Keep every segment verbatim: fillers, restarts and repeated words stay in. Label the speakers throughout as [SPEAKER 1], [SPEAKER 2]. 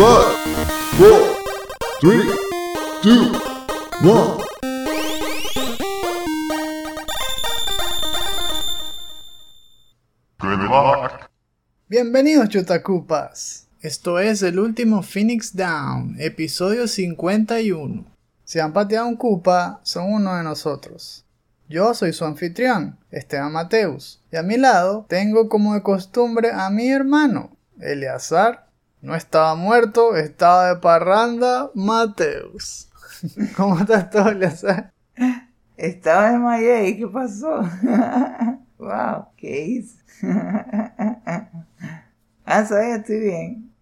[SPEAKER 1] five, four, three, two, one. Good luck.
[SPEAKER 2] Bienvenidos chutacupas. Esto es el último Phoenix Down, episodio cincuenta y uno. Si han pateado un cupa, son uno de nosotros. Yo soy su anfitrión, Esteban Mateus, y a mi lado tengo como de costumbre a mi hermano, Eleazar. No estaba muerto, estaba de parranda, Mateus. ¿Cómo estás tú, Eleazar?
[SPEAKER 3] Estaba en Miami, ¿qué pasó? Wow, ¿qué hice? Ah, sabes, estoy bien.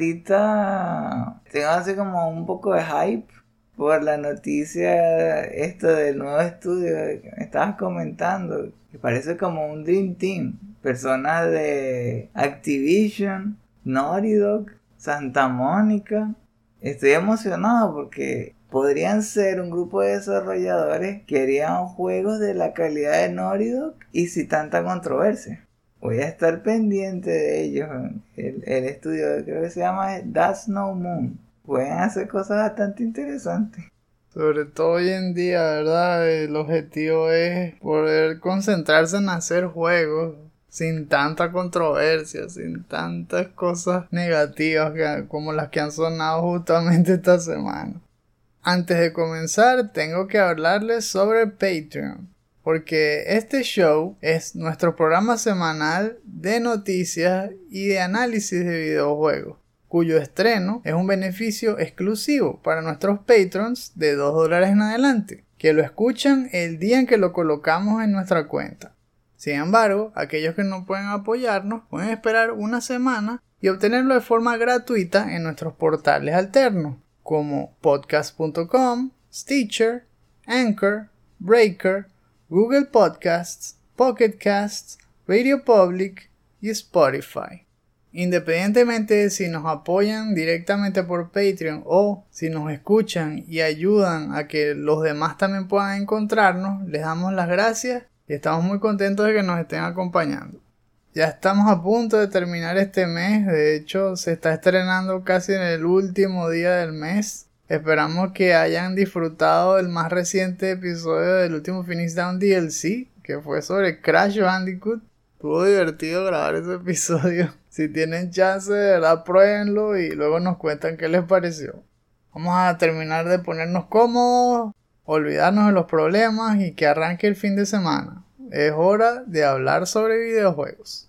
[SPEAKER 3] Ahorita tengo así como un poco de hype por la noticia esto del nuevo estudio que me estabas comentando, que parece como un Dream Team. Personas de Activision, Naughty Dog, Santa Mónica. Estoy emocionado porque podrían ser un grupo de desarrolladores que harían juegos de la calidad de Naughty Dog y sin tanta controversia. Voy a estar pendiente de ellos. El, el estudio creo que se llama That's No Moon. Pueden hacer cosas bastante interesantes.
[SPEAKER 2] Sobre todo hoy en día, ¿verdad? El objetivo es poder concentrarse en hacer juegos sin tanta controversia, sin tantas cosas negativas que, como las que han sonado justamente esta semana. Antes de comenzar, tengo que hablarles sobre Patreon, porque este show es nuestro programa semanal de noticias y de análisis de videojuegos, cuyo estreno es un beneficio exclusivo para nuestros patrons de dos dólares en adelante, que lo escuchan el día en que lo colocamos en nuestra cuenta. Sin embargo, aquellos que no pueden apoyarnos pueden esperar una semana y obtenerlo de forma gratuita en nuestros portales alternos, como podcast punto com, Stitcher, Anchor, Breaker, Google Podcasts, Pocket Casts, Radio Public y Spotify. Independientemente de si nos apoyan directamente por Patreon o si nos escuchan y ayudan a que los demás también puedan encontrarnos, les damos las gracias y estamos muy contentos de que nos estén acompañando. Ya estamos a punto de terminar este mes, de hecho se está estrenando casi en el último día del mes. Esperamos que hayan disfrutado del más reciente episodio del último Phoenix Down D L C, que fue sobre Crash Bandicoot. Estuvo divertido grabar ese episodio. Si tienen chance, de verdad, pruébenlo y luego nos cuentan qué les pareció. Vamos a terminar de ponernos cómodos, olvidarnos de los problemas y que arranque el fin de semana. Es hora de hablar sobre videojuegos.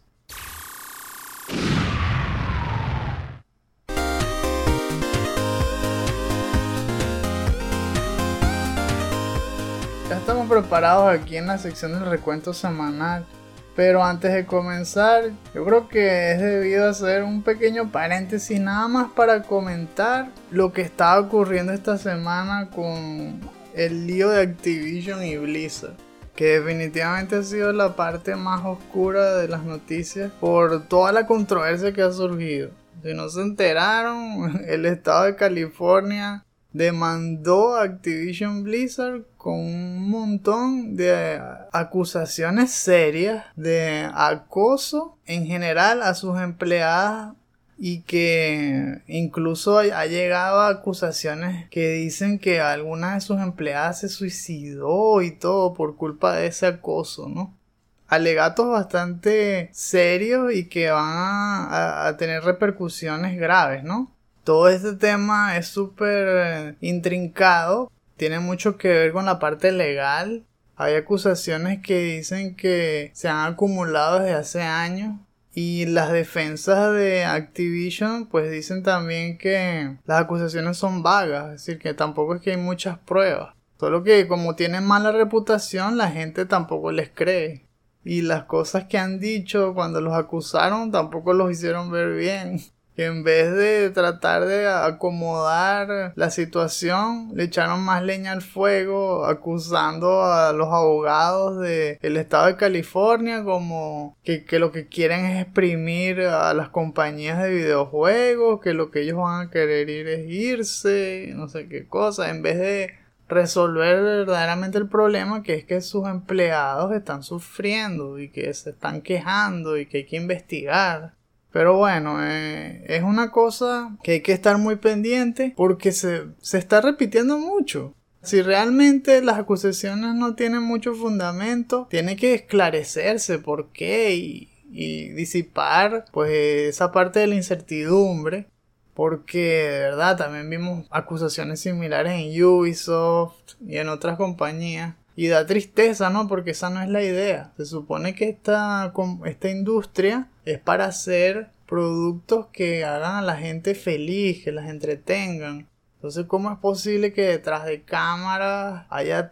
[SPEAKER 2] Ya estamos preparados aquí en la sección del recuento semanal, pero antes de comenzar, yo creo que es debido hacer un pequeño paréntesis nada más para comentar lo que está ocurriendo esta semana con el lío de Activision y Blizzard, que definitivamente ha sido la parte más oscura de las noticias por toda la controversia que ha surgido. Si no se enteraron, el estado de California demandó a Activision Blizzard con un montón de acusaciones serias de acoso en general a sus empleadas y que incluso ha llegado a acusaciones que dicen que alguna de sus empleadas se suicidó y todo por culpa de ese acoso, ¿no? Alegatos bastante serios y que van a, a, a tener repercusiones graves, ¿no? Todo este tema es súper intrincado, tiene mucho que ver con la parte legal. Hay acusaciones que dicen que se han acumulado desde hace años y las defensas de Activision pues dicen también que las acusaciones son vagas, es decir, que tampoco es que hay muchas pruebas. Solo que como tienen mala reputación, la gente tampoco les cree. Y las cosas que han dicho cuando los acusaron tampoco los hicieron ver bien. Que en vez de tratar de acomodar la situación, le echaron más leña al fuego, acusando a los abogados del estado de California como que, que lo que quieren es exprimir a las compañías de videojuegos, que lo que ellos van a querer ir es irse, no sé qué cosa, en vez de resolver verdaderamente el problema, que es que sus empleados están sufriendo y que se están quejando y que hay que investigar. Pero bueno, eh, es una cosa que hay que estar muy pendiente porque se, se está repitiendo mucho. Si realmente las acusaciones no tienen mucho fundamento, tiene que esclarecerse por qué y, y disipar pues esa parte de la incertidumbre. Porque de verdad también vimos acusaciones similares en Ubisoft y en otras compañías. Y da tristeza, ¿no? Porque esa no es la idea. Se supone que esta, esta industria es para hacer productos que hagan a la gente feliz, que las entretengan. Entonces, ¿cómo es posible que detrás de cámaras haya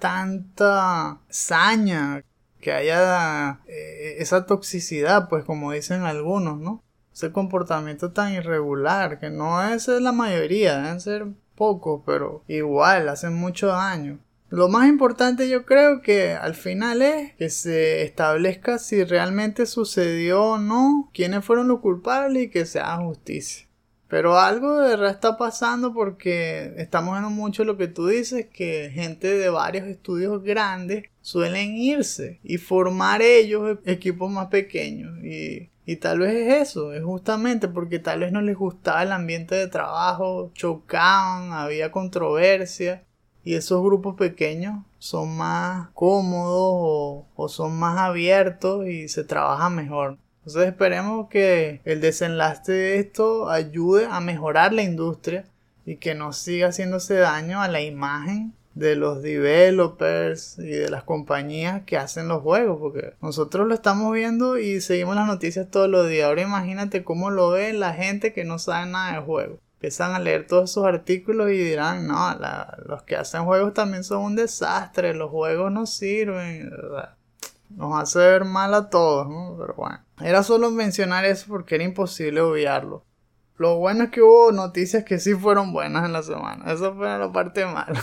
[SPEAKER 2] tanta saña? Que haya eh, esa toxicidad, pues como dicen algunos, ¿no? Ese comportamiento tan irregular, que no es la mayoría, deben ser pocos, pero igual hacen mucho daño. Lo más importante yo creo que al final es que se establezca si realmente sucedió o no, quiénes fueron los culpables y que se haga justicia. Pero algo de verdad está pasando porque estamos viendo mucho lo que tú dices, que gente de varios estudios grandes suelen irse y formar ellos equipos más pequeños. Y, y tal vez es eso, es justamente porque tal vez no les gustaba el ambiente de trabajo, chocaban, había controversia. Y esos grupos pequeños son más cómodos o, o son más abiertos y se trabaja mejor. Entonces esperemos que el desenlace de esto ayude a mejorar la industria y que no siga haciéndose daño a la imagen de los developers y de las compañías que hacen los juegos, porque nosotros lo estamos viendo y seguimos las noticias todos los días. Ahora imagínate cómo lo ve la gente que no sabe nada de juegos. Empiezan a leer todos esos artículos y dirán, no, la, los que hacen juegos también son un desastre, los juegos no sirven, ¿verdad? Nos hace ver mal a todos, ¿no? Pero bueno, era solo mencionar eso porque era imposible obviarlo. Lo bueno es que hubo noticias que sí fueron buenas en la semana. Eso fue la parte mala.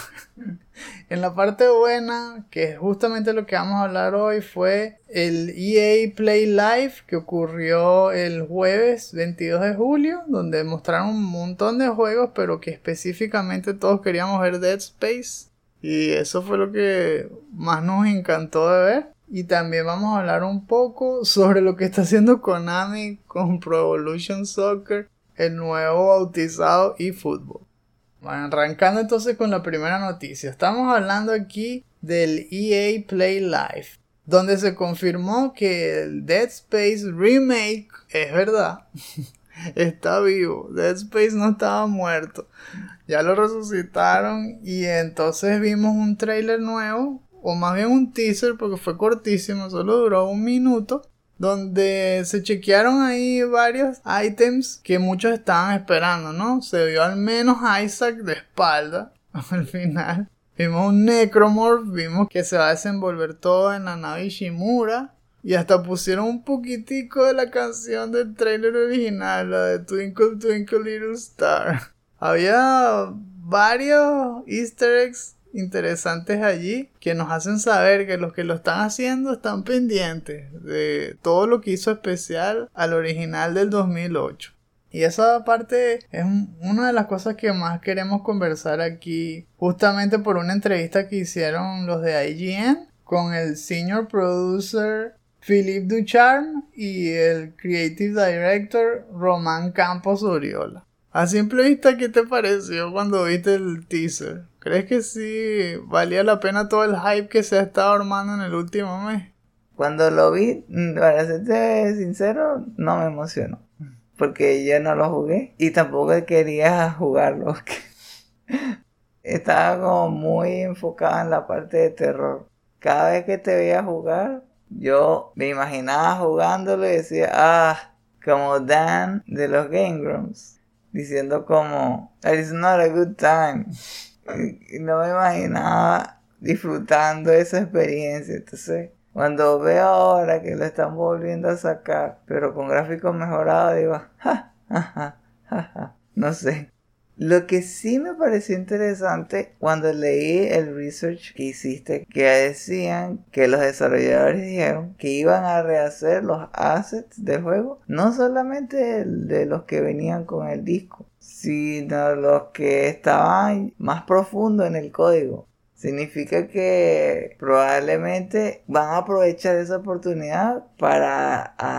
[SPEAKER 2] En la parte buena, que es justamente lo que vamos a hablar hoy, fue el E A Play Live que ocurrió el jueves veintidós de julio, donde mostraron un montón de juegos, pero que específicamente todos queríamos ver Dead Space. Y eso fue lo que más nos encantó de ver. Y también vamos a hablar un poco sobre lo que está haciendo Konami con Pro Evolution Soccer, el nuevo bautizado eFootball. Bueno, arrancando entonces con la primera noticia. Estamos hablando aquí del E A Play Live, donde se confirmó que el Dead Space Remake es verdad. Está vivo. Dead Space no estaba muerto. Ya lo resucitaron y entonces vimos un trailer nuevo, o más bien un teaser porque fue cortísimo, solo duró un minuto, donde se chequearon ahí varios ítems que muchos estaban esperando, ¿no? Se vio al menos Isaac de espalda al final. Vimos un Necromorph, vimos que se va a desenvolver todo en la nave Ishimura. Y hasta pusieron un poquitico de la canción del trailer original, la de Twinkle Twinkle Little Star. Había varios easter eggs interesantes allí que nos hacen saber que los que lo están haciendo están pendientes de todo lo que hizo especial al original del dos mil ocho. Y esa parte es una de las cosas que más queremos conversar aquí, justamente por una entrevista que hicieron los de I G N con el senior producer Philippe Ducharme y el creative director Román Campos Uriola. A simple vista, ¿qué te pareció cuando viste el teaser? ¿Crees que sí valía la pena todo el hype que se ha estado armando en el último mes?
[SPEAKER 3] Cuando lo vi, para serte sincero, no me emocionó. Porque yo no lo jugué y tampoco quería jugarlo. Estaba como muy enfocado en la parte de terror. Cada vez que te veía jugar, yo me imaginaba jugándolo y decía, ah, como Dan de los Game Grumps. Diciendo como, it's not a good time. Y no me imaginaba disfrutando esa experiencia. Entonces, cuando veo ahora que lo están volviendo a sacar, pero con gráficos mejorados, digo, ja, ja, ja, ja, ja. No sé. Lo que sí me pareció interesante cuando leí el research que hiciste, que decían que los desarrolladores dijeron que iban a rehacer los assets del juego, no solamente de los que venían con el disco, sino los que estaban más profundos en el código. O significa que probablemente van a aprovechar esa oportunidad para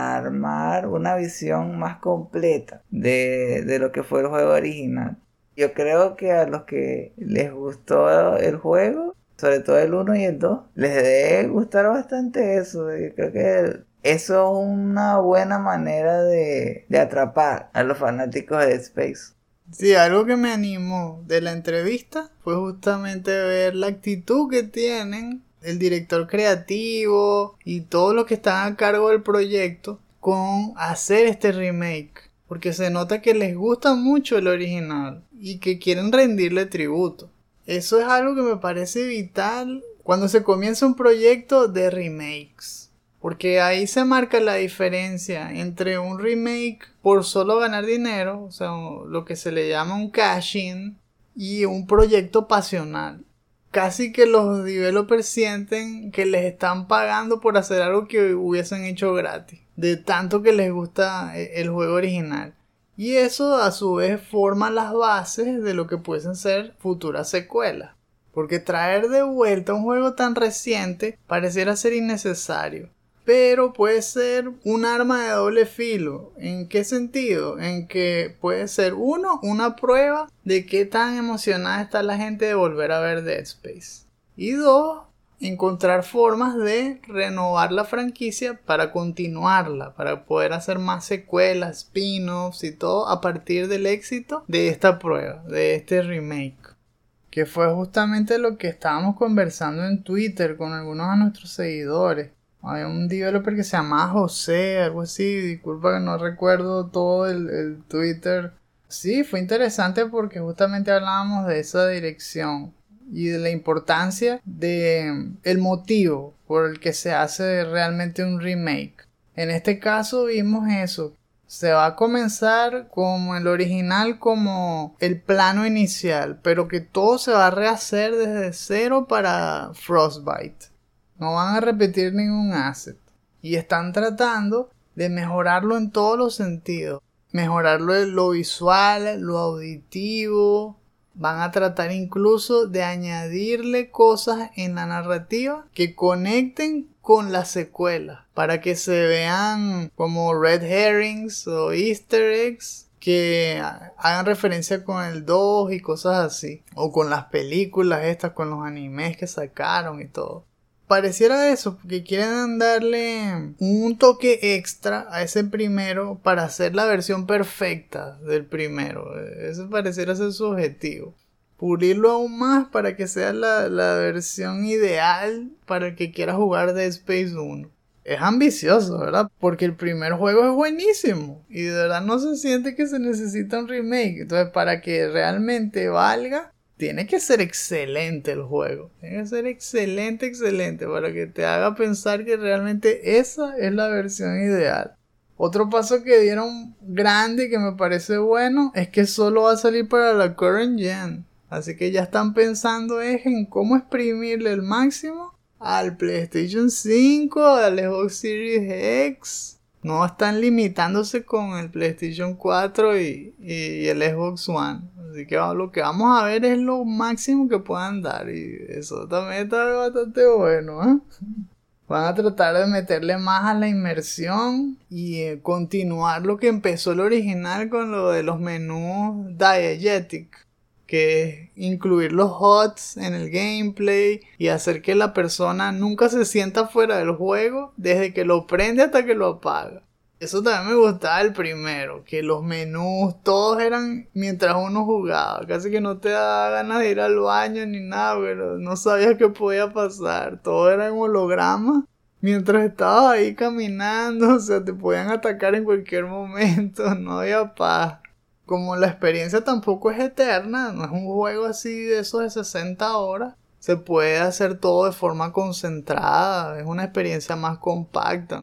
[SPEAKER 3] armar una visión más completa de, de lo que fue el juego original. Yo creo que a los que les gustó el juego, sobre todo el uno y el dos, les debe gustar bastante eso. Yo creo que eso es una buena manera de, de atrapar a los fanáticos de Dead Space.
[SPEAKER 2] Sí, algo que me animó de la entrevista fue justamente ver la actitud que tienen el director creativo y todos los que están a cargo del proyecto con hacer este remake. Porque se nota que les gusta mucho el original y que quieren rendirle tributo. Eso es algo que me parece vital cuando se comienza un proyecto de remakes. Porque ahí se marca la diferencia entre un remake por solo ganar dinero, o sea, lo que se le llama un cash-in, y un proyecto pasional. Casi que los developers sienten que les están pagando por hacer algo que hubiesen hecho gratis, de tanto que les gusta el juego original. Y eso a su vez forma las bases de lo que pueden ser futuras secuelas. Porque traer de vuelta un juego tan reciente pareciera ser innecesario. Pero puede ser un arma de doble filo. ¿En qué sentido? En que puede ser, uno, una prueba de qué tan emocionada está la gente de volver a ver Dead Space. Y dos, encontrar formas de renovar la franquicia para continuarla, para poder hacer más secuelas, spin-offs y todo a partir del éxito de esta prueba, de este remake. Que fue justamente lo que estábamos conversando en Twitter con algunos de nuestros seguidores. Había un developer que se llamaba José, algo así, disculpa que no recuerdo todo el, el Twitter. Sí, fue interesante porque justamente hablábamos de esa dirección y de la importancia de el motivo por el que se hace realmente un remake. En este caso vimos eso. Se va a comenzar como el original, como el plano inicial, pero que todo se va a rehacer desde cero para Frostbite. No van a repetir ningún asset. Y están tratando de mejorarlo en todos los sentidos. Mejorarlo en lo visual, lo auditivo. Van a tratar incluso de añadirle cosas en la narrativa que conecten con la secuela. Para que se vean como red herrings o easter eggs que hagan referencia con el dos y cosas así. O con las películas estas, con los animes que sacaron y todo. Pareciera eso, porque quieren darle un toque extra a ese primero para hacer la versión perfecta del primero. Eso pareciera ser su objetivo. Pulirlo aún más para que sea la, la versión ideal para el que quiera jugar Dead Space uno. Es ambicioso, ¿verdad? Porque el primer juego es buenísimo y de verdad no se siente que se necesita un remake. Entonces, para que realmente valga, tiene que ser excelente el juego. Tiene que ser excelente, excelente. Para que te haga pensar que realmente esa es la versión ideal. Otro paso que dieron grande y que me parece bueno es que solo va a salir para la current gen. Así que ya están pensando es en cómo exprimirle el máximo al PlayStation cinco, al Xbox Series X. No están limitándose con el PlayStation cuatro y, y el Xbox One. Así que lo que vamos a ver es lo máximo que puedan dar. Y eso también está bastante bueno, ¿eh? Van a tratar de meterle más a la inmersión y eh, continuar lo que empezó el original con lo de los menús diegetic. Que es incluir los H U Ds en el gameplay y hacer que la persona nunca se sienta fuera del juego desde que lo prende hasta que lo apaga. Eso también me gustaba el primero, que los menús todos eran mientras uno jugaba, casi que no te daba ganas de ir al baño ni nada, pero no sabías qué podía pasar, todo era en holograma mientras estabas ahí caminando, o sea, te podían atacar en cualquier momento, no había paz. Como la experiencia tampoco es eterna, no es un juego así de esos de sesenta horas, se puede hacer todo de forma concentrada, es una experiencia más compacta.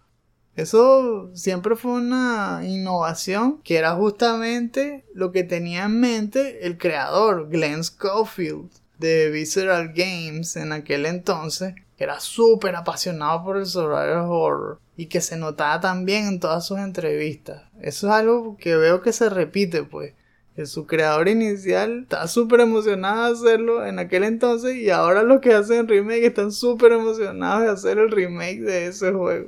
[SPEAKER 2] Eso siempre fue una innovación que era justamente lo que tenía en mente el creador, Glenn Schofield, de Visceral Games en aquel entonces, que era súper apasionado por el survival horror y que se notaba también en todas sus entrevistas. Eso es algo que veo que se repite, pues, que su creador inicial está súper emocionado de hacerlo en aquel entonces y ahora los que hacen remake están súper emocionados de hacer el remake de ese juego.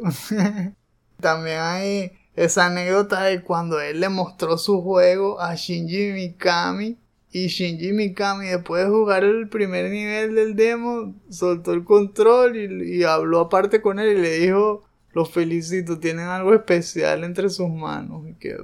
[SPEAKER 2] También hay esa anécdota de cuando él le mostró su juego a Shinji Mikami y Shinji Mikami, después de jugar el primer nivel del demo, soltó el control y, y habló aparte con él y le dijo: los felicito, tienen algo especial entre sus manos. Y qué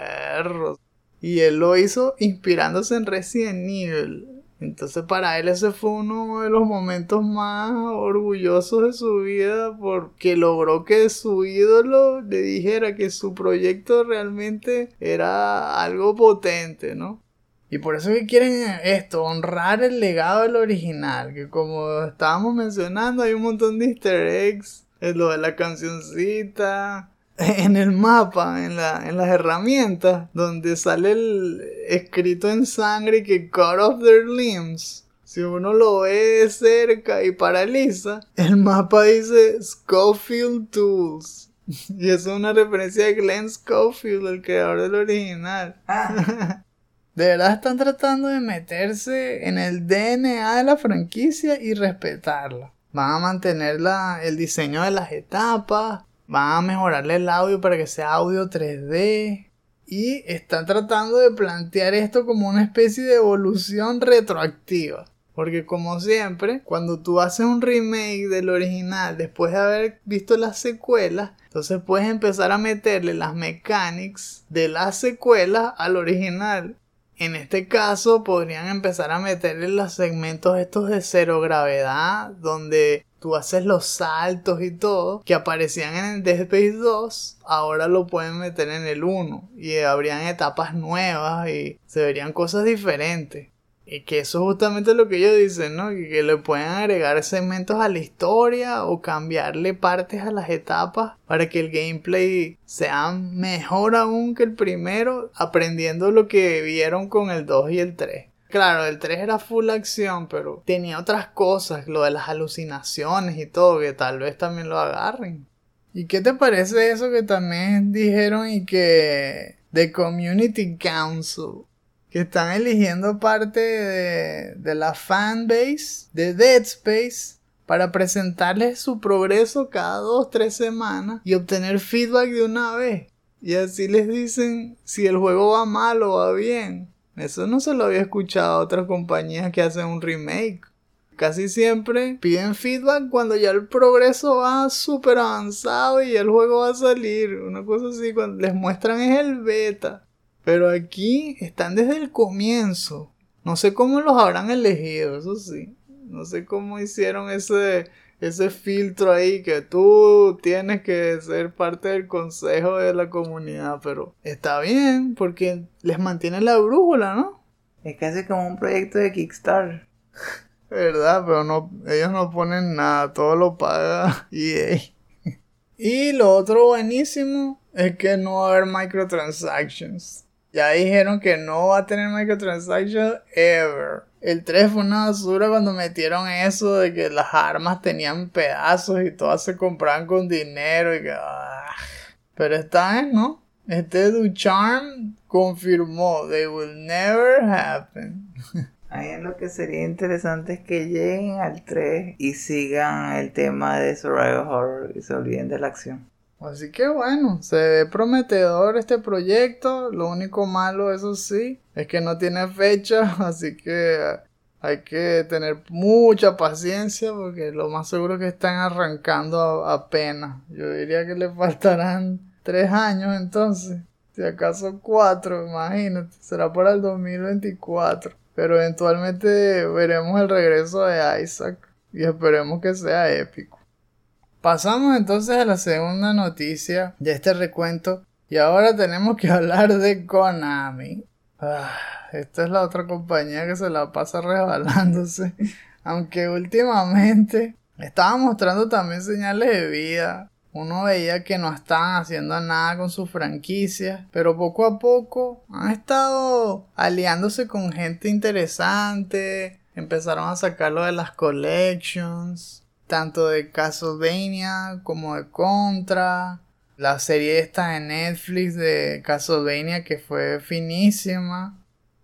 [SPEAKER 2] berro. Y él lo hizo inspirándose en Resident Evil. Entonces para él ese fue uno de los momentos más orgullosos de su vida, porque logró que su ídolo le dijera que su proyecto realmente era algo potente, ¿no? Y por eso que quieren esto, honrar el legado del original, que como estábamos mencionando hay un montón de easter eggs, es lo de la cancioncita, en el mapa, en, la, en las herramientas, donde sale el escrito en sangre que cut off their limbs. Si uno lo ve de cerca y paraliza, el mapa dice Schofield Tools. Y eso es una referencia de Glenn Schofield, el creador del original. Ah. De verdad están tratando de meterse en el D N A de la franquicia y respetarla. Van a mantener la, el diseño de las etapas. Van a mejorarle el audio para que sea audio tres D. Y están tratando de plantear esto como una especie de evolución retroactiva. Porque como siempre, cuando tú haces un remake del original después de haber visto las secuelas, entonces puedes empezar a meterle las mechanics de las secuelas al original. En este caso podrían empezar a meterle los segmentos estos de cero gravedad, donde tú haces los saltos y todo, que aparecían en el Dead Space dos, ahora lo pueden meter en el uno, y habrían etapas nuevas y se verían cosas diferentes. Y que eso es justamente lo que ellos dicen, ¿no? Que, que le pueden agregar segmentos a la historia o cambiarle partes a las etapas para que el gameplay sea mejor aún que el primero, aprendiendo lo que vieron con el dos y el tres. Claro, el tres era full acción, pero tenía otras cosas, lo de las alucinaciones y todo, que tal vez también lo agarren. ¿Y qué te parece eso que también dijeron y que The Community Council, que están eligiendo parte de, de la fanbase de Dead Space para presentarles su progreso cada dos, tres semanas y obtener feedback de una vez? Y así les dicen si el juego va mal o va bien. Eso no se lo había escuchado a otras compañías que hacen un remake. Casi siempre piden feedback cuando ya el progreso va súper avanzado y el juego va a salir. Una cosa así, cuando les muestran es el beta. Pero aquí están desde el comienzo. No sé cómo los habrán elegido, eso sí. No sé cómo hicieron ese, ese filtro ahí que tú tienes que ser parte del consejo de la comunidad. Pero está bien porque les mantiene la brújula, ¿no?
[SPEAKER 3] Es casi como un proyecto de Kickstarter.
[SPEAKER 2] ¿Verdad? Pero no, ellos no ponen nada, todo lo paga E A. Y lo otro buenísimo es que no va a haber microtransactions. Ya dijeron que no va a tener microtransactions ever. El tres fue una basura cuando metieron eso de que las armas tenían pedazos y todas se compraban con dinero y que... Ah. Pero esta vez no. Este Ducharme confirmó. They will never happen.
[SPEAKER 3] Ahí lo que sería interesante es que lleguen al tres y sigan el tema de survival horror y se olviden de la acción.
[SPEAKER 2] Así que bueno, se ve prometedor este proyecto. Lo único malo, eso sí, es que no tiene fecha, así que hay que tener mucha paciencia porque lo más seguro es que están arrancando apenas. Yo diría que le faltarán tres años entonces, si acaso cuatro, imagínate, será para el dos mil veinticuatro. Pero eventualmente veremos el regreso de Isaac y esperemos que sea épico. Pasamos entonces a la segunda noticia de este recuento y ahora tenemos que hablar de Konami. Ah, esta es la otra compañía que se la pasa resbalándose, aunque últimamente estaba mostrando también señales de vida. Uno veía que no estaban haciendo nada con sus franquicias, pero poco a poco han estado aliándose con gente interesante, empezaron a sacarlo de las collections, tanto de Castlevania como de Contra, la serie esta de Netflix de Castlevania que fue finísima.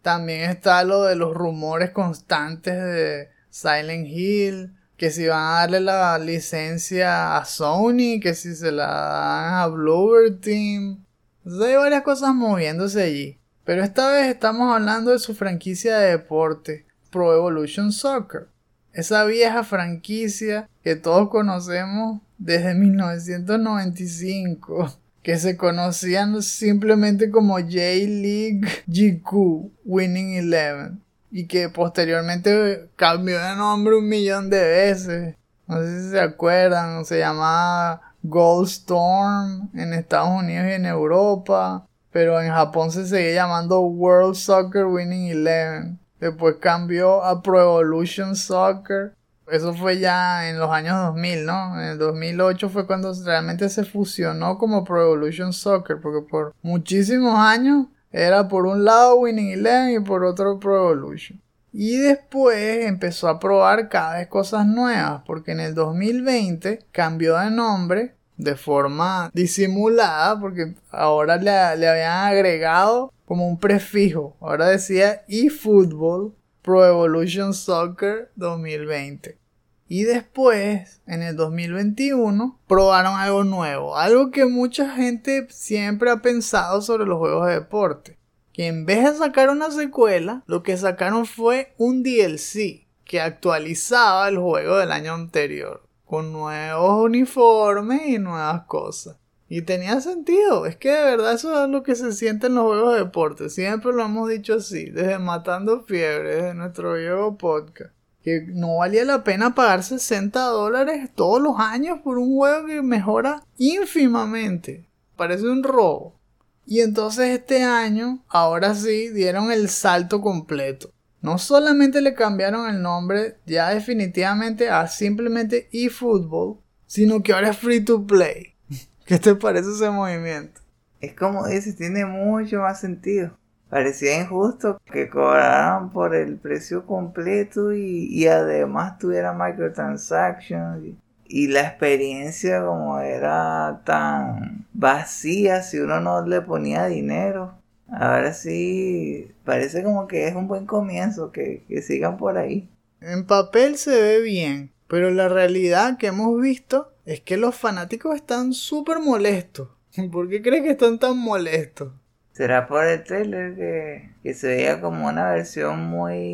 [SPEAKER 2] También está lo de los rumores constantes de Silent Hill, que si van a darle la licencia a Sony, que si se la dan a Bloober Team. Entonces hay varias cosas moviéndose allí. Pero esta vez estamos hablando de su franquicia de deporte, Pro Evolution Soccer. Esa vieja franquicia que todos conocemos desde mil novecientos noventa y cinco. Que se conocían simplemente como J-League G Q Winning Eleven. Y que posteriormente cambió de nombre un millón de veces. No sé si se acuerdan. Se llamaba Gold Storm en Estados Unidos y en Europa. Pero en Japón se seguía llamando World Soccer Winning Eleven. Después cambió a Pro Evolution Soccer. Eso fue ya en los años dos mil, ¿no? En el dos mil ocho fue cuando realmente se fusionó como Pro Evolution Soccer. Porque por muchísimos años era por un lado Winning Eleven y por otro Pro Evolution. Y después empezó a probar cada vez cosas nuevas. Porque en el dos mil veinte cambió de nombre de forma disimulada. Porque ahora le, le habían agregado como un prefijo. Ahora decía eFootball Pro Evolution Soccer dos mil veinte. Y después, en el dos mil veintiuno, probaron algo nuevo. Algo que mucha gente siempre ha pensado sobre los juegos de deporte. Que en vez de sacar una secuela, lo que sacaron fue un D L C que actualizaba el juego del año anterior. Con nuevos uniformes y nuevas cosas. Y tenía sentido. Es que de verdad eso es lo que se siente en los juegos de deporte. Siempre lo hemos dicho así. Desde Matando Fiebre, desde nuestro viejo podcast. Que no valía la pena pagar sesenta dólares todos los años por un juego que mejora ínfimamente. Parece un robo. Y entonces este año, ahora sí, dieron el salto completo. No solamente le cambiaron el nombre ya definitivamente a simplemente eFootball, sino que ahora es free to play. ¿Qué te parece ese movimiento?
[SPEAKER 3] Es como dices, tiene mucho más sentido. Parecía injusto que cobraran por el precio completo y, y además tuviera microtransactions. Y, y la experiencia como era tan vacía si uno no le ponía dinero. Ahora sí, parece como que es un buen comienzo, que, que sigan por ahí.
[SPEAKER 2] En papel se ve bien, pero la realidad que hemos visto es que los fanáticos están súper molestos. ¿Por qué crees que están tan molestos?
[SPEAKER 3] ¿Será por el trailer que, que se veía como una versión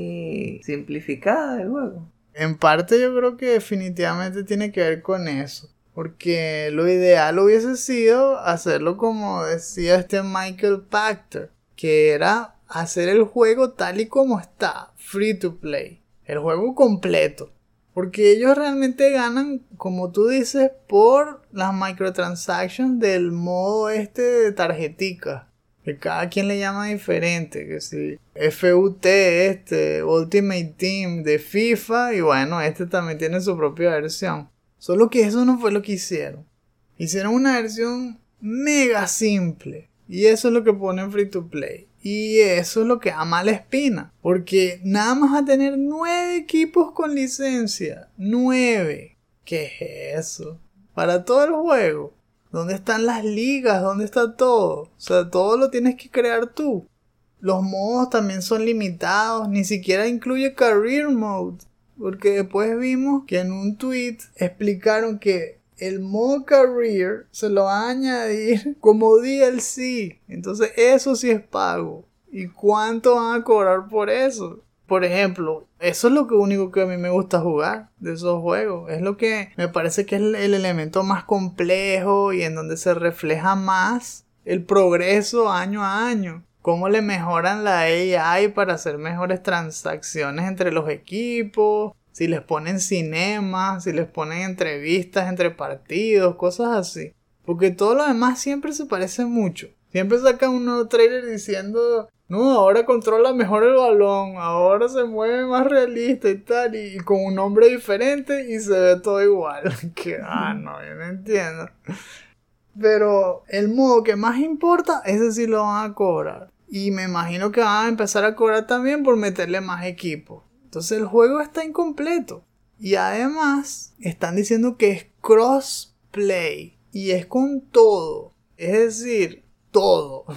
[SPEAKER 3] muy simplificada del juego?
[SPEAKER 2] En parte yo creo que definitivamente tiene que ver con eso. Porque lo ideal hubiese sido hacerlo como decía este Michael Pachter. Que era hacer el juego tal y como está. Free to play. El juego completo. Porque ellos realmente ganan, como tú dices, por las microtransactions del modo este de tarjetica. Que cada quien le llama diferente. Que si F U T, este, Ultimate Team de FIFA. Y bueno, este también tiene su propia versión. Solo que eso no fue lo que hicieron. Hicieron una versión mega simple. Y eso es lo que ponen free to play. Y eso es lo que ama la espina. Porque nada más va a tener nueve equipos con licencia. Nueve. ¿Qué es eso? Para todo el juego. ¿Dónde están las ligas? ¿Dónde está todo? O sea, todo lo tienes que crear tú. Los modos también son limitados. Ni siquiera incluye Career Mode. Porque después vimos que en un tweet explicaron que el modo Career se lo va a añadir como D L C. Entonces eso sí es pago. ¿Y cuánto van a cobrar por eso? Por ejemplo, eso es lo que único que a mí me gusta jugar de esos juegos. Es lo que me parece que es el, el elemento más complejo y en donde se refleja más el progreso año a año. Cómo le mejoran la A I para hacer mejores transacciones entre los equipos. Si les ponen cinemas, si les ponen entrevistas entre partidos, cosas así. Porque todo lo demás siempre se parece mucho. Siempre sacan un nuevo trailer diciendo, no, ahora controla mejor el balón, ahora se mueve más realista y tal, y, y con un nombre diferente y se ve todo igual. Que, ah, no, yo no entiendo. Pero el modo que más importa, ese sí lo van a cobrar. Y me imagino que van a empezar a cobrar también por meterle más equipos. Entonces el juego está incompleto. Y además están diciendo que es crossplay. Y es con todo. Es decir, todo.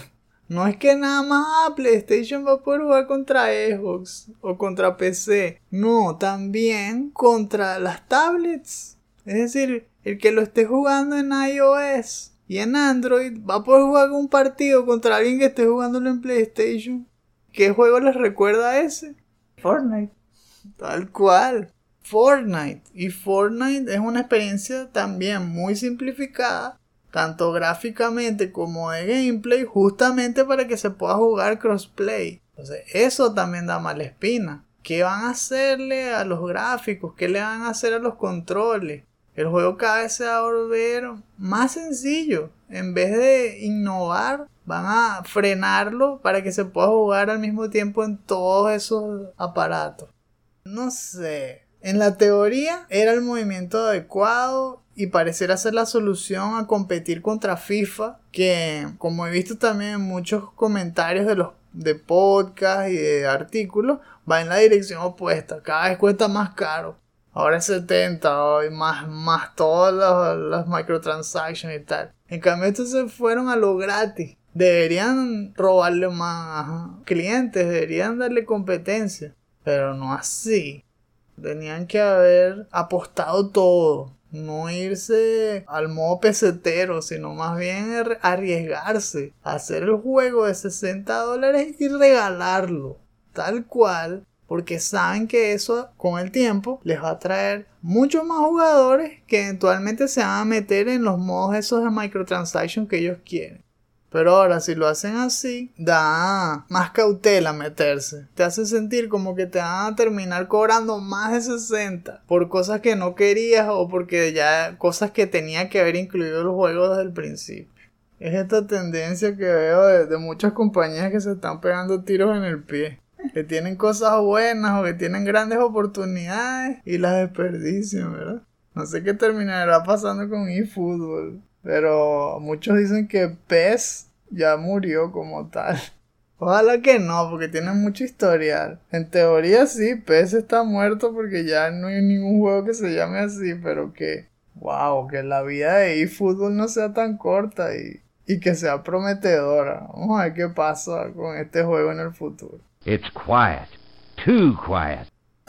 [SPEAKER 2] No es que nada más ah, PlayStation va a poder jugar contra Xbox o contra P C. No, también contra las tablets. Es decir, el que lo esté jugando en iOS y en Android va a poder jugar un partido contra alguien que esté jugándolo en PlayStation. ¿Qué juego les recuerda a ese?
[SPEAKER 3] Fortnite.
[SPEAKER 2] Tal cual. Fortnite. Y Fortnite es una experiencia también muy simplificada, tanto gráficamente como de gameplay, justamente para que se pueda jugar crossplay. Entonces eso también da mala espina. ¿Qué van a hacerle a los gráficos? ¿Qué le van a hacer a los controles? El juego cada vez se va a volver más sencillo. En vez de innovar, van a frenarlo para que se pueda jugar al mismo tiempo en todos esos aparatos. No sé. En la teoría era el movimiento adecuado y pareciera ser la solución a competir contra FIFA, que como he visto también en muchos comentarios de los de podcast y de artículos, va en la dirección opuesta. Cada vez cuesta más caro. Ahora es setenta y más, más todas las, las microtransactions y tal. En cambio estos se fueron a lo gratis. Deberían robarle más clientes, deberían darle competencia. Pero no así. Tenían que haber apostado todo. No irse al modo pesetero, sino más bien arriesgarse. Hacer el juego de sesenta dólares y regalarlo. Tal cual. Porque saben que eso con el tiempo les va a traer muchos más jugadores que eventualmente se van a meter en los modos esos de microtransaction que ellos quieren. Pero ahora si lo hacen así, da más cautela meterse. Te hace sentir como que te van a terminar cobrando más de sesenta por cosas que no querías o porque ya cosas que tenía que haber incluido el juego desde el principio. Es esta tendencia que veo de, de muchas compañías que se están pegando tiros en el pie. Que tienen cosas buenas o que tienen grandes oportunidades y las desperdician, ¿verdad? No sé qué terminará pasando con eFootball. Pero muchos dicen que P E S ya murió como tal. Ojalá que no, porque tiene mucho historial. En teoría sí, P E S está muerto porque ya no hay ningún juego que se llame así. Pero que, wow, que la vida de eFootball no sea tan corta y, y que sea prometedora. Vamos a ver qué pasa con este juego en el futuro.
[SPEAKER 4] It's quiet. Too quiet.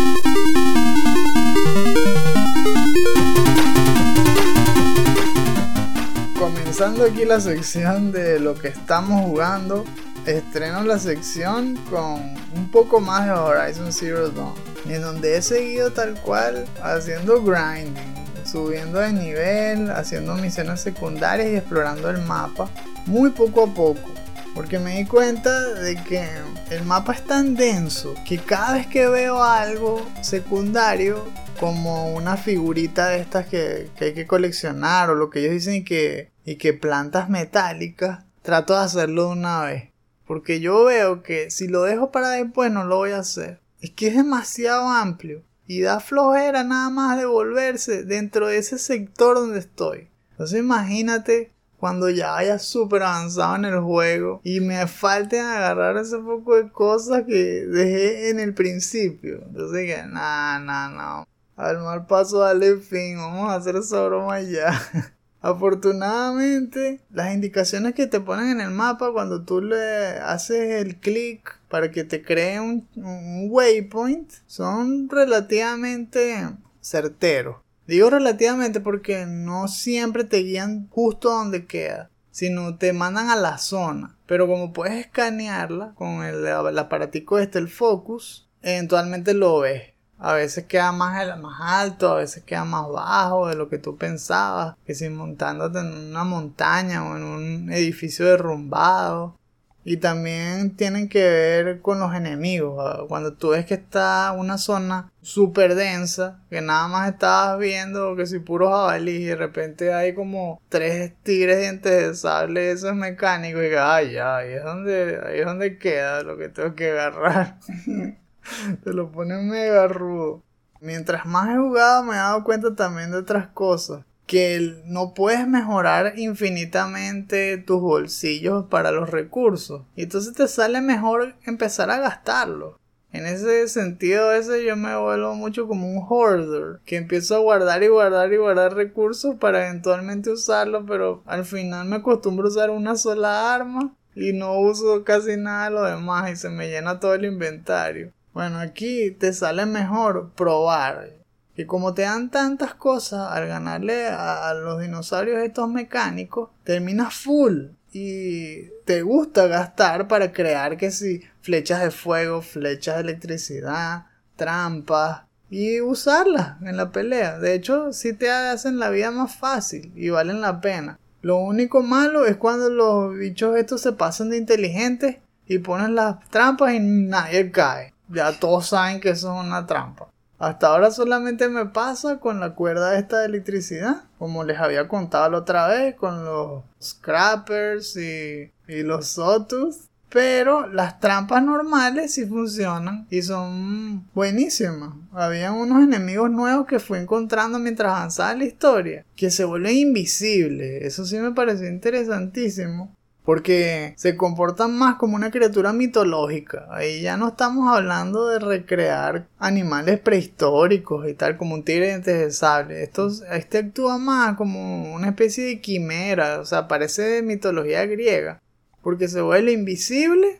[SPEAKER 2] Comenzando aquí la sección de lo que estamos jugando, estreno la sección con un poco más de Horizon Zero Dawn, en donde he seguido tal cual haciendo grinding, subiendo de nivel, haciendo misiones secundarias y explorando el mapa muy poco a poco. Porque me di cuenta de que el mapa es tan denso que cada vez que veo algo secundario, como una figurita de estas que, que hay que coleccionar o lo que ellos dicen y que, y que plantas metálicas, trato de hacerlo de una vez. Porque yo veo que si lo dejo para después no lo voy a hacer. Es que es demasiado amplio y da flojera nada más devolverse dentro de ese sector donde estoy. Entonces imagínate cuando ya vaya súper avanzado en el juego y me falten agarrar ese poco de cosas que dejé en el principio. Entonces que, nah, nah, nah. Al mal paso dale fin, vamos a hacer esa broma ya. Afortunadamente, las indicaciones que te ponen en el mapa cuando tú le haces el clic para que te cree un, un waypoint son relativamente certeros. Digo relativamente porque no siempre te guían justo a donde queda, sino te mandan a la zona. Pero como puedes escanearla con el, el aparatico este, el focus, eventualmente lo ves. A veces queda más, más alto, a veces queda más bajo de lo que tú pensabas. Que si montándote en una montaña o en un edificio derrumbado. Y también tienen que ver con los enemigos. Cuando tú ves que está una zona súper densa, que nada más estabas viendo que si puros jabalíes y de repente hay como tres tigres dientes de sable, eso es mecánico. Y ay, ya, ahí es donde, ahí es donde queda lo que tengo que agarrar. Te lo ponen mega rudo. Mientras más he jugado me he dado cuenta también de otras cosas. Que no puedes mejorar infinitamente tus bolsillos para los recursos. Y entonces te sale mejor empezar a gastarlos. En ese sentido, ese yo me vuelvo mucho como un hoarder. Que empiezo a guardar y guardar y guardar recursos para eventualmente usarlos. Pero al final me acostumbro a usar una sola arma. y no uso casi nada de lo demás y se me llena todo el inventario. Bueno, aquí te sale mejor probar. Y como te dan tantas cosas al ganarle a, a los dinosaurios estos mecánicos, terminas full. Y te gusta gastar para crear que si flechas de fuego, flechas de electricidad, trampas y usarlas en la pelea. De hecho, sí te hacen la vida más fácil y valen la pena. Lo único malo es cuando los bichos estos se pasan de inteligentes y ponen las trampas y nadie cae. Ya todos saben que eso es una trampa. Hasta ahora solamente me pasa con la cuerda esta de electricidad, como les había contado la otra vez, con los Scrappers y, y los Sotus. Pero las trampas normales sí funcionan y son buenísimas. Había unos enemigos nuevos que fui encontrando mientras avanzaba la historia, que se vuelven invisibles. Eso sí me pareció interesantísimo, porque se comportan más como una criatura mitológica. Ahí ya no estamos hablando de recrear animales prehistóricos y tal, como un tigre de dientes de sable. Esto, este actúa más como una especie de quimera, o sea, parece de mitología griega, porque se vuelve invisible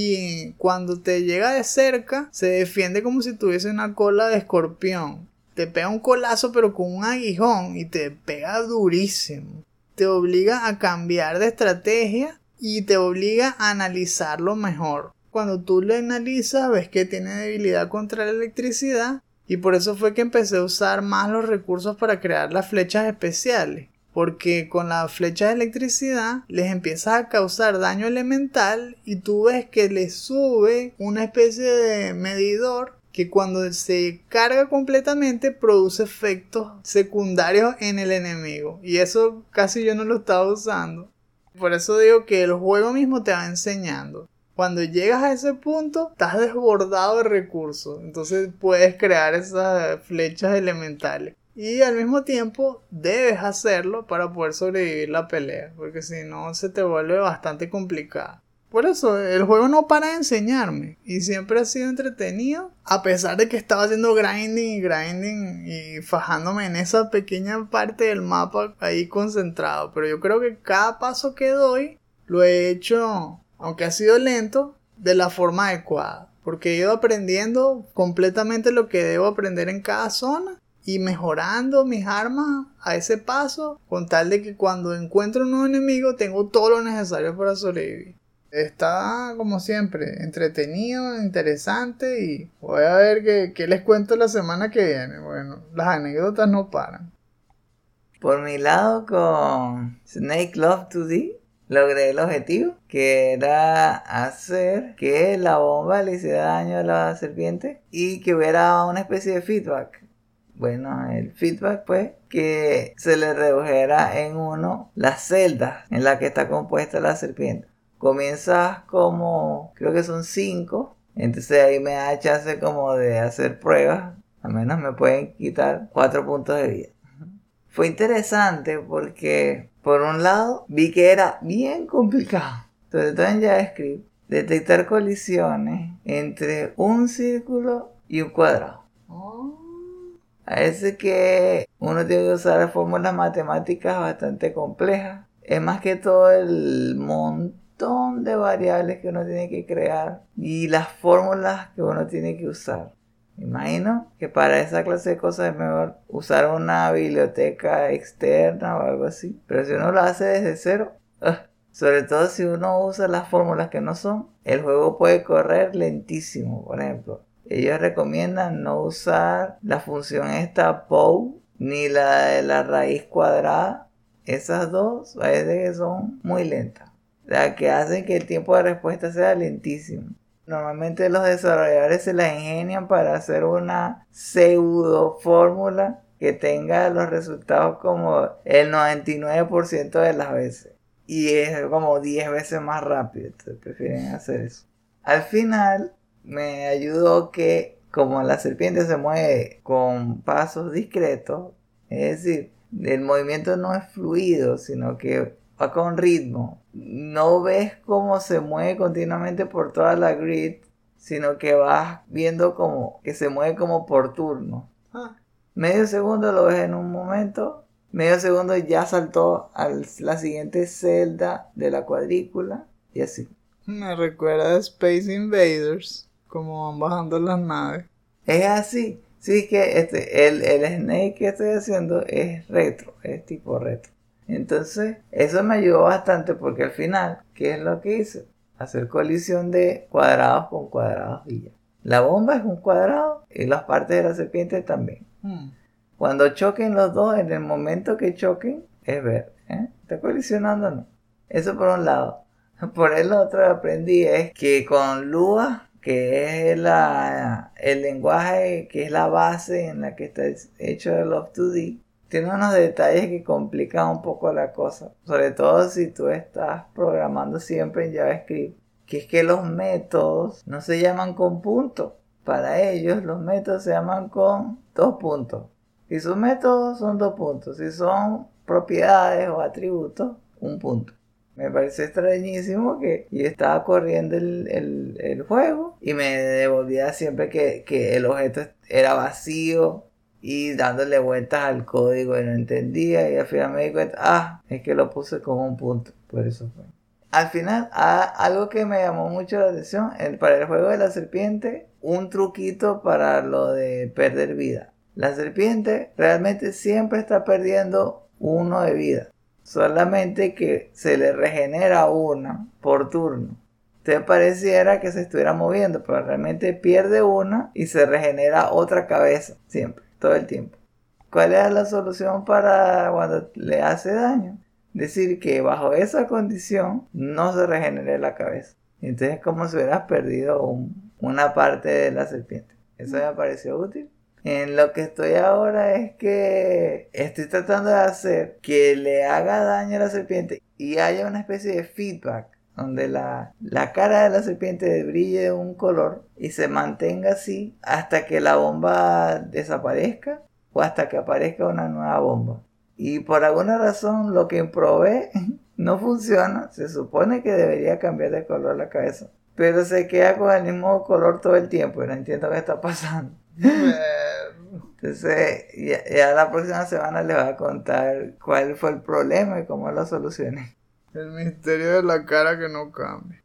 [SPEAKER 2] y cuando te llega de cerca se defiende como si tuviese una cola de escorpión. Te pega un colazo pero con un aguijón y te pega durísimo. Te obliga a cambiar de estrategia y te obliga a analizarlo mejor. Cuando tú lo analizas ves que tiene debilidad contra la electricidad y por eso fue que empecé a usar más los recursos para crear las flechas especiales. Porque con las flechas de electricidad les empiezas a causar daño elemental y tú ves que les sube una especie de medidor que cuando se carga completamente produce efectos secundarios en el enemigo. Y eso casi yo no lo estaba usando. Por eso digo que el juego mismo te va enseñando. Cuando llegas a ese punto, estás desbordado de recursos. Entonces puedes crear esas flechas elementales. Y al mismo tiempo debes hacerlo para poder sobrevivir la pelea. Porque si no se te vuelve bastante complicado. Por eso el juego no para de enseñarme. Y siempre ha sido entretenido. A pesar de que estaba haciendo grinding y grinding. Y fajándome en esa pequeña parte del mapa ahí concentrado. Pero yo creo que cada paso que doy lo he hecho, aunque ha sido lento, de la forma adecuada. Porque he ido aprendiendo completamente lo que debo aprender en cada zona. Y mejorando mis armas a ese paso, con tal de que cuando encuentro un nuevo enemigo tengo todo lo necesario para sobrevivir. Está como siempre entretenido, interesante y voy a ver qué, qué les cuento la semana que viene. Bueno, las anécdotas no paran.
[SPEAKER 3] Por mi lado, con Snake Love dos D logré el objetivo, que era hacer que la bomba le hiciera daño a la serpiente y que hubiera una especie de feedback. Bueno, el feedback pues que se le redujera en uno las celdas en las que está compuesta la serpiente. Comienzas como, creo que son cinco, entonces ahí me da chance como de hacer pruebas, al menos me pueden quitar cuatro puntos de vida. Fue interesante porque por un lado vi que era bien complicado, sobre todo en JavaScript, detectar colisiones entre un círculo y un cuadrado.
[SPEAKER 2] Oh.
[SPEAKER 3] Parece que uno tiene que usar fórmulas matemáticas bastante complejas. Es más que todo el montón de variables que uno tiene que crear y las fórmulas que uno tiene que usar. Me imagino que para esa clase de cosas es mejor usar una biblioteca externa o algo así. Pero si uno lo hace desde cero, ugh, sobre todo si uno usa las fórmulas que no son, el juego puede correr lentísimo. Por ejemplo, ellos recomiendan no usar la función esta P O W ni la de la raíz cuadrada. Esas dos parece que son muy lentas, o sea, que hacen que el tiempo de respuesta sea lentísimo. Normalmente los desarrolladores se las ingenian para hacer una pseudo fórmula que tenga los resultados como el noventa y nueve por ciento de las veces. Y es como diez veces más rápido, entonces prefieren hacer eso. Al final me ayudó que como la serpiente se mueve con pasos discretos, es decir, el movimiento no es fluido, sino que va con ritmo. No ves cómo se mueve continuamente por toda la grid, sino que vas viendo como que se mueve como por turno.
[SPEAKER 2] Ah.
[SPEAKER 3] Medio segundo lo ves en un momento, medio segundo ya saltó a la siguiente celda de la cuadrícula y así.
[SPEAKER 2] Me recuerda a Space Invaders, como van bajando las naves.
[SPEAKER 3] Es así. Sí, que este, el, el Snake que estoy haciendo es retro, es tipo retro. Entonces, eso me ayudó bastante porque al final, ¿qué es lo que hice? Hacer colisión de cuadrados con cuadrados y ya. La bomba es un cuadrado y las partes de la serpiente también.
[SPEAKER 2] Hmm.
[SPEAKER 3] Cuando choquen los dos, en el momento que choquen, es ver, ¿eh? ¿Está colisionando o no? Eso por un lado. Por el otro aprendí es que con Lua, que es la, el lenguaje, que es la base en la que está hecho el Love dos D, tiene unos detalles que complican un poco la cosa. Sobre todo si tú estás programando siempre en JavaScript. Que es que los métodos no se llaman con puntos. Para ellos los métodos se llaman con dos puntos. Si son métodos son dos puntos. Si son propiedades o atributos, un punto. Me pareció extrañísimo que yo estaba corriendo el, el, el juego y me devolvía siempre que, que el objeto era vacío y dándole vueltas al código y no entendía, y al final me di cuenta, ah, es que lo puse como un punto, por eso fue. Al final, a, algo que me llamó mucho la atención, el, para el juego de la serpiente, un truquito para lo de perder vida. La serpiente realmente siempre está perdiendo uno de vida. Solamente que se le regenera una por turno. Te pareciera que se estuviera moviendo, pero realmente pierde una y se regenera otra cabeza. Siempre, todo el tiempo. ¿Cuál es la solución para cuando le hace daño? Decir que bajo esa condición no se regenere la cabeza. Entonces es como si hubieras perdido un, una parte de la serpiente. Eso me pareció útil. En lo que estoy ahora es que estoy tratando de hacer que le haga daño a la serpiente y haya una especie de feedback donde la, la cara de la serpiente brille de un color y se mantenga así hasta que la bomba desaparezca o hasta que aparezca una nueva bomba. Y por alguna razón lo que probé no funciona. Se supone que debería cambiar de color la cabeza, pero se queda con el mismo color todo el tiempo y no entiendo qué está pasando. Entonces ya, ya la próxima semana les voy a contar cuál fue el problema y cómo lo solucioné.
[SPEAKER 2] El misterio de la cara que no cambia.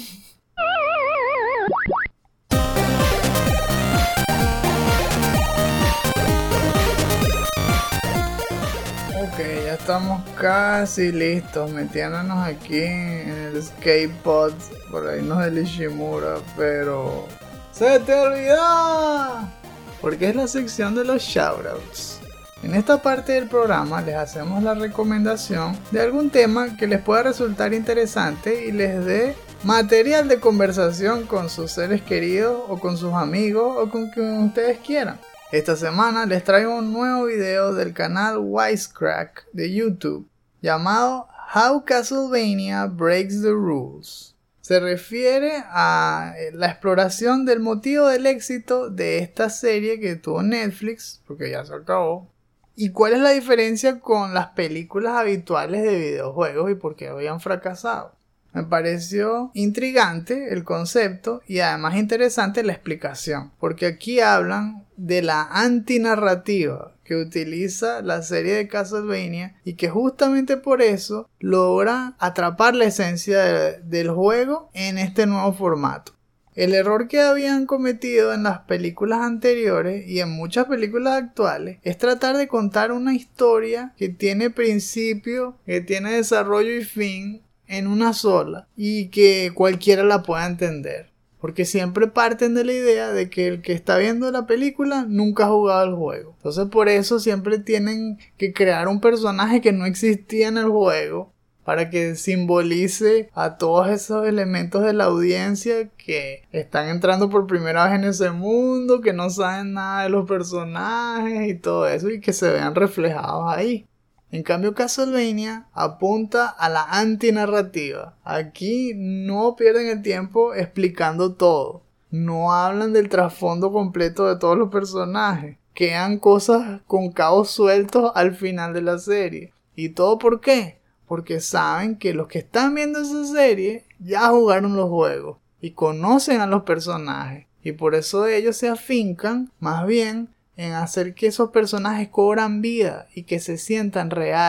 [SPEAKER 2] Ok, ya estamos casi listos metiéndonos aquí en el skatepod por ahí nos del Ishimura, pero ¡se te olvidó! Porque es la sección de los shoutouts. En esta parte del programa les hacemos la recomendación de algún tema que les pueda resultar interesante y les dé material de conversación con sus seres queridos o con sus amigos o con quien ustedes quieran. Esta semana les traigo un nuevo video del canal Wisecrack de YouTube llamado How Castlevania Breaks the Rules. Se refiere a la exploración del motivo del éxito de esta serie que tuvo Netflix, porque ya se acabó, y cuál es la diferencia con las películas habituales de videojuegos y por qué habían fracasado. Me pareció intrigante el concepto y además interesante la explicación, porque aquí hablan de la antinarrativa que utiliza la serie de Castlevania y que justamente por eso logra atrapar la esencia de, del juego en este nuevo formato. El error que habían cometido en las películas anteriores y en muchas películas actuales es tratar de contar una historia que tiene principio, que tiene desarrollo y fin en una sola y que cualquiera la pueda entender. Porque siempre parten de la idea de que el que está viendo la película nunca ha jugado el juego. Entonces por eso siempre tienen que crear un personaje que no existía en el juego para que simbolice a todos esos elementos de la audiencia que están entrando por primera vez en ese mundo, que no saben nada de los personajes y todo eso y que se vean reflejados ahí. En cambio, Castlevania apunta a la antinarrativa. Aquí no pierden el tiempo explicando todo. No hablan del trasfondo completo de todos los personajes. Quedan cosas con cabos sueltos al final de la serie. ¿Y todo por qué? Porque saben que los que están viendo esa serie ya jugaron los juegos y conocen a los personajes. Y por eso ellos se afincan más bien en hacer que esos personajes cobran vida y que se sientan reales.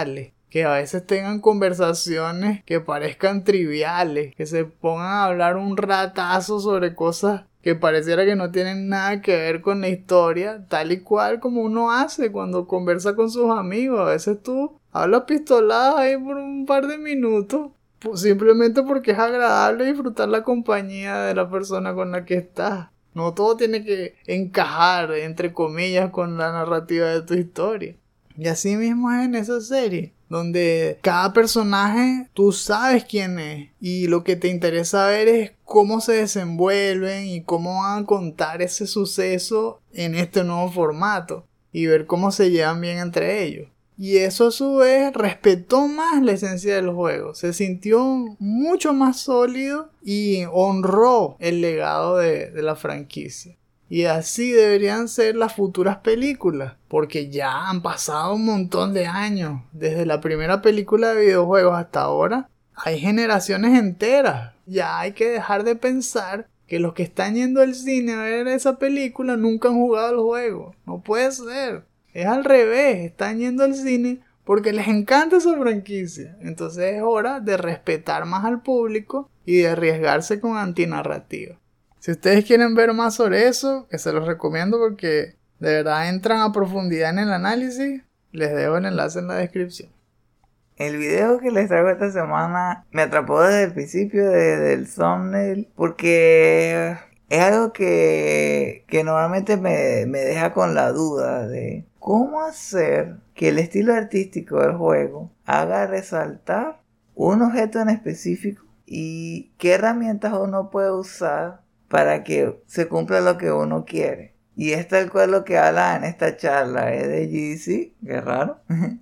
[SPEAKER 2] que a veces tengan conversaciones que parezcan triviales, que se pongan a hablar un ratazo sobre cosas que pareciera que no tienen nada que ver con la historia, tal y cual como uno hace cuando conversa con sus amigos. A veces tú hablas pistoladas ahí por un par de minutos, simplemente porque es agradable disfrutar la compañía de la persona con la que estás. No todo tiene que encajar, entre comillas, con la narrativa de tu historia. Y así mismo es en esa serie, donde cada personaje tú sabes quién es y lo que te interesa ver es cómo se desenvuelven y cómo van a contar ese suceso en este nuevo formato y ver cómo se llevan bien entre ellos. Y eso a su vez respetó más la esencia del juego, se sintió mucho más sólido y honró el legado de, de la franquicia. Y así deberían ser las futuras películas, porque ya han pasado un montón de años. Desde la primera película de videojuegos hasta ahora, hay generaciones enteras. Ya hay que dejar de pensar que los que están yendo al cine a ver esa película nunca han jugado el juego. No puede ser. Es al revés. Están yendo al cine porque les encanta esa franquicia. Entonces es hora de respetar más al público y de arriesgarse con antinarrativa. Si ustedes quieren ver más sobre eso, que se los recomiendo porque de verdad entran a profundidad en el análisis, les dejo el enlace en la descripción.
[SPEAKER 3] El video que les traigo esta semana me atrapó desde el principio, desde el thumbnail, porque es algo que, que normalmente me, me deja con la duda de cómo hacer que el estilo artístico del juego haga resaltar un objeto en específico y qué herramientas uno puede usar para que se cumpla lo que uno quiere. Y es tal cual lo que habla en esta charla, es de G D C, qué raro.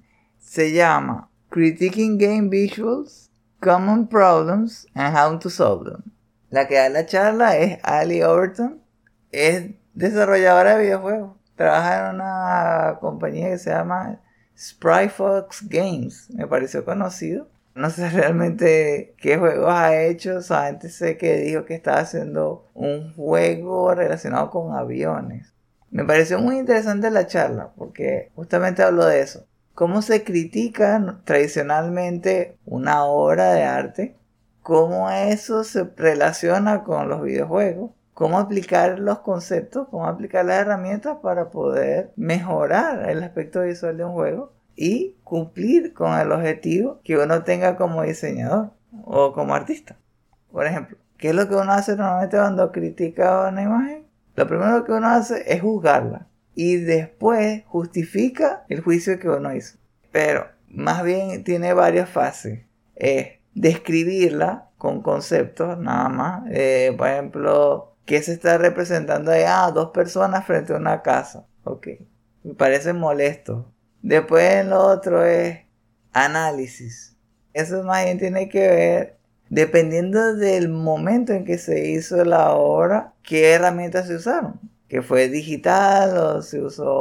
[SPEAKER 3] Se llama Critiquing Game Visuals, Common Problems and How to Solve Them. La que da la charla es Ali Overton, es desarrolladora de videojuegos. Trabaja en una compañía que se llama Spryfox Games, me pareció conocido. No sé realmente qué juegos ha hecho, solamente sé que dijo que estaba haciendo un juego relacionado con aviones. Me pareció muy interesante la charla, porque justamente habló de eso. Cómo se critica tradicionalmente una obra de arte, cómo eso se relaciona con los videojuegos, cómo aplicar los conceptos, cómo aplicar las herramientas para poder mejorar el aspecto visual de un juego y cumplir con el objetivo que uno tenga como diseñador o como artista. Por ejemplo, ¿qué es lo que uno hace normalmente cuando critica una imagen? Lo primero que uno hace es juzgarla y después justifica el juicio que uno hizo. Pero más bien tiene varias fases. Es describirla con conceptos nada más. Eh, por ejemplo, ¿qué se está representando ahí? Ah, dos personas frente a una casa. Ok, me parece molesto. Después lo otro es análisis. Eso más bien tiene que ver, dependiendo del momento en que se hizo la obra, qué herramientas se usaron. Que fue digital o se usó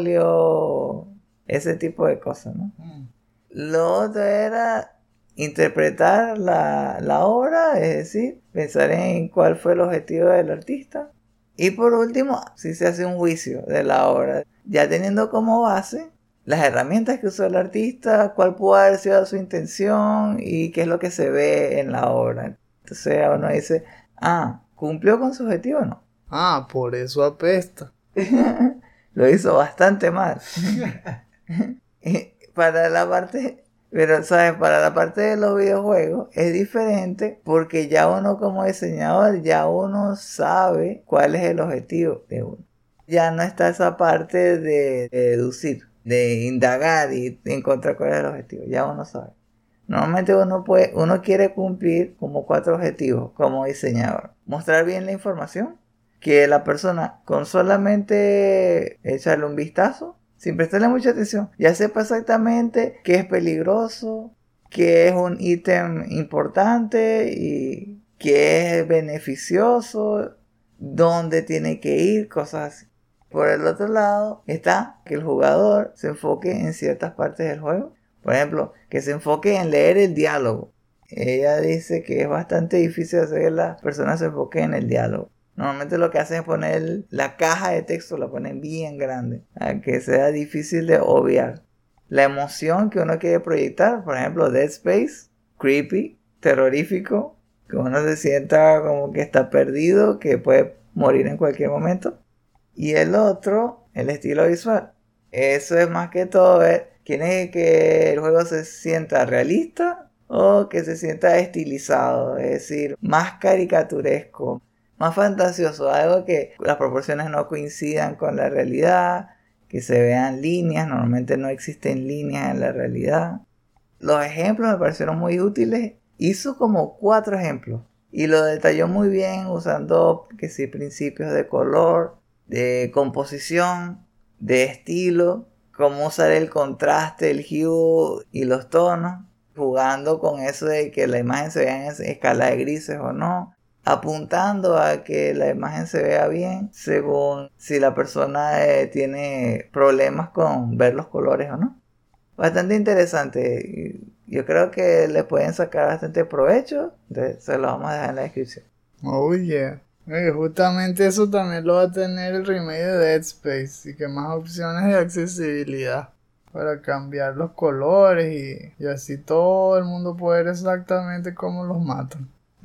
[SPEAKER 3] óleo, ese tipo de cosas, ¿no? Mm. Lo otro era interpretar la, la obra, es decir, pensar en cuál fue el objetivo del artista. Y por último, si se hace un juicio de la obra, ya teniendo como base las herramientas que usó el artista, cuál pudo haber sido su intención y qué es lo que se ve en la obra. Entonces uno dice, ah, ¿cumplió con su objetivo o no?
[SPEAKER 2] Ah, por eso apesta.
[SPEAKER 3] Lo hizo bastante mal. Para la parte, pero sabes, para la parte de los videojuegos es diferente porque ya uno como diseñador, ya uno sabe cuál es el objetivo de uno. Ya no está esa parte de, de deducir, de indagar y encontrar cuál es el objetivo. Ya uno sabe. Normalmente uno puede, uno quiere cumplir como cuatro objetivos como diseñador. Mostrar bien la información, que la persona con solamente echarle un vistazo, sin prestarle mucha atención, ya sepa exactamente qué es peligroso, qué es un ítem importante y qué es beneficioso, dónde tiene que ir, cosas así. Por el otro lado está que el jugador se enfoque en ciertas partes del juego. Por ejemplo, que se enfoque en leer el diálogo. Ella dice que es bastante difícil hacer que las personas se enfoquen en el diálogo. Normalmente lo que hacen es poner la caja de texto, la ponen bien grande, para que sea difícil de obviar. la emoción que uno quiere proyectar. Por ejemplo, Dead Space, creepy, terrorífico, que uno se sienta como que está perdido, que puede morir en cualquier momento. Y el otro, el estilo visual. Eso es más que todo ver, ¿quiere que el juego se sienta realista o que se sienta estilizado? Es decir, más caricaturesco, más fantasioso, algo que las proporciones no coincidan con la realidad, que se vean líneas, normalmente no existen líneas en la realidad. Los ejemplos me parecieron muy útiles, hizo como cuatro ejemplos y lo detalló muy bien usando que sí, principios de color, de composición, de estilo, cómo usar el contraste, el hue y los tonos, jugando con eso de que la imagen se vea en escala de grises o no, apuntando a que la imagen se vea bien según si la persona eh, tiene problemas con ver los colores o no. Bastante interesante. Yo creo que le pueden sacar bastante provecho. Entonces, se lo vamos a dejar en la descripción.
[SPEAKER 2] Oh yeah. Y justamente eso también lo va a tener el remake de Dead Space. Y que más opciones de accesibilidad para cambiar los colores y, y así todo el mundo puede ver exactamente cómo los matan.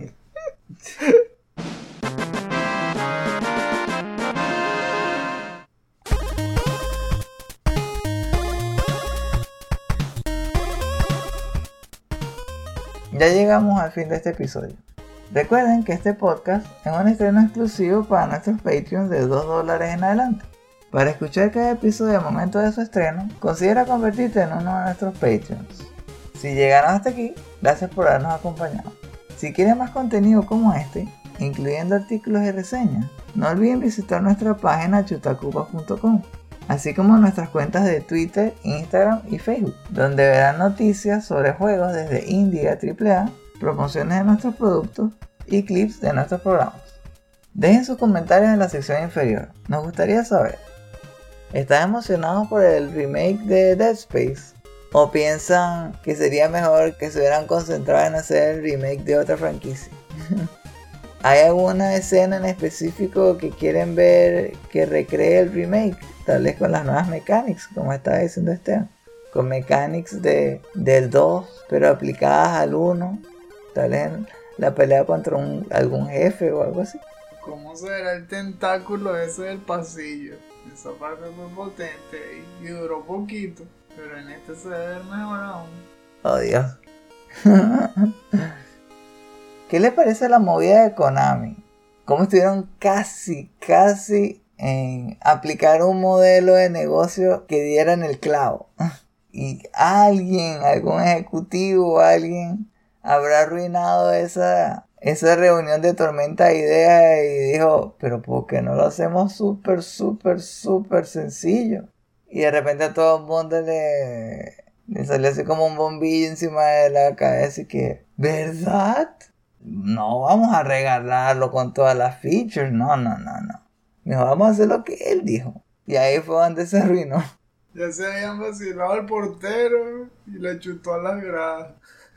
[SPEAKER 3] Ya llegamos al fin de este episodio. Recuerden que este podcast es un estreno exclusivo para nuestros Patreons de dos dólares en adelante. Para escuchar cada episodio al momento de su estreno, considera convertirte en uno de nuestros Patreons. Si llegaron hasta aquí, gracias por habernos acompañado. Si quieren más contenido como este, incluyendo artículos y reseñas, no olviden visitar nuestra página chutacupas punto com, así como nuestras cuentas de Twitter, Instagram y Facebook, donde verán noticias sobre juegos desde indie a triple A, promociones de nuestros productos y clips de nuestros programas. Dejen sus comentarios en la sección inferior, nos gustaría saber, ¿están emocionados por el remake de Dead Space? ¿O piensan que sería mejor que se hubieran concentrado en hacer el remake de otra franquicia? ¿Hay alguna escena en específico que quieren ver que recree el remake? Tal vez con las nuevas mechanics, como estaba diciendo Esteban. Con mechanics de, del dos, pero aplicadas al uno. Tal vez en la pelea contra un, algún jefe o algo así.
[SPEAKER 2] ¿Cómo será el tentáculo ese del pasillo? Esa parte fue potente y duró poquito. Pero en este se debe ver mejor aún.
[SPEAKER 3] Oh Dios. ¿Qué le parece la movida de Konami? ¿Cómo estuvieron casi, casi en aplicar un modelo de negocio que diera en el clavo? Y alguien, algún ejecutivo, alguien habrá arruinado esa, esa reunión de tormenta de ideas y dijo, pero ¿por qué no lo hacemos súper, súper, súper sencillo? Y de repente a todo el mundo le, le salió así como un bombillo encima de la cabeza y que, ¿verdad? No vamos a regalarlo con todas las features, no, no, no, no. Mejor vamos a hacer lo que él dijo. Y ahí fue donde se arruinó.
[SPEAKER 2] Ya se habían vacilado al portero y le chutó a las gradas.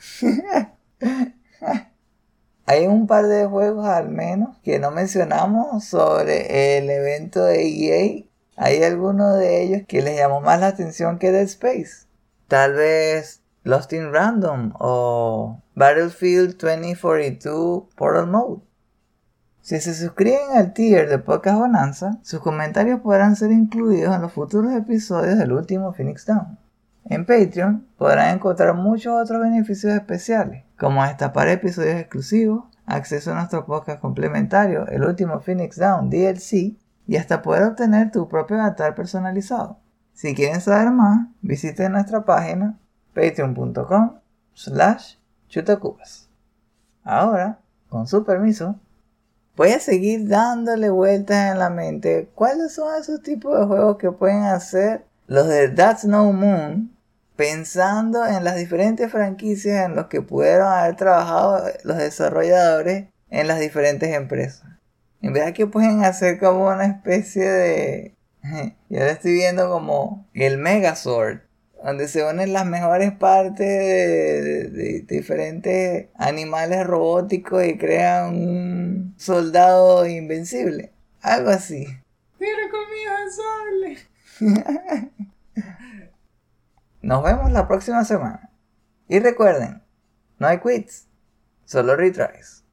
[SPEAKER 3] Hay un par de juegos al menos que no mencionamos sobre el evento de E A. ¿Hay alguno de ellos que les llamó más la atención que Dead Space? Tal vez Lost in Random o Battlefield veinte cuarenta y dos Portal Mode. Si se suscriben al tier de Podcast Bonanza, sus comentarios podrán ser incluidos en los futuros episodios del último Phoenix Down. En Patreon podrán encontrar muchos otros beneficios especiales, como destapar episodios exclusivos, acceso a nuestro podcast complementario, el último Phoenix Down D L C, y hasta poder obtener tu propio avatar personalizado. Si quieren saber más, visiten nuestra página patreon punto com slash chutacupas. Ahora, con su permiso, voy a seguir dándole vueltas en la mente cuáles son esos tipos de juegos que pueden hacer los de That's No Moon, pensando en las diferentes franquicias en las que pudieron haber trabajado los desarrolladores en las diferentes empresas. En verdad que pueden hacer como una especie de... Yo lo estoy viendo como el Megazord, donde se unen las mejores partes de, de, de diferentes animales robóticos y crean un soldado invencible. Algo así.
[SPEAKER 2] ¡Tira conmigo el sable!
[SPEAKER 3] Nos vemos la próxima semana. Y recuerden, no hay quits, solo retries.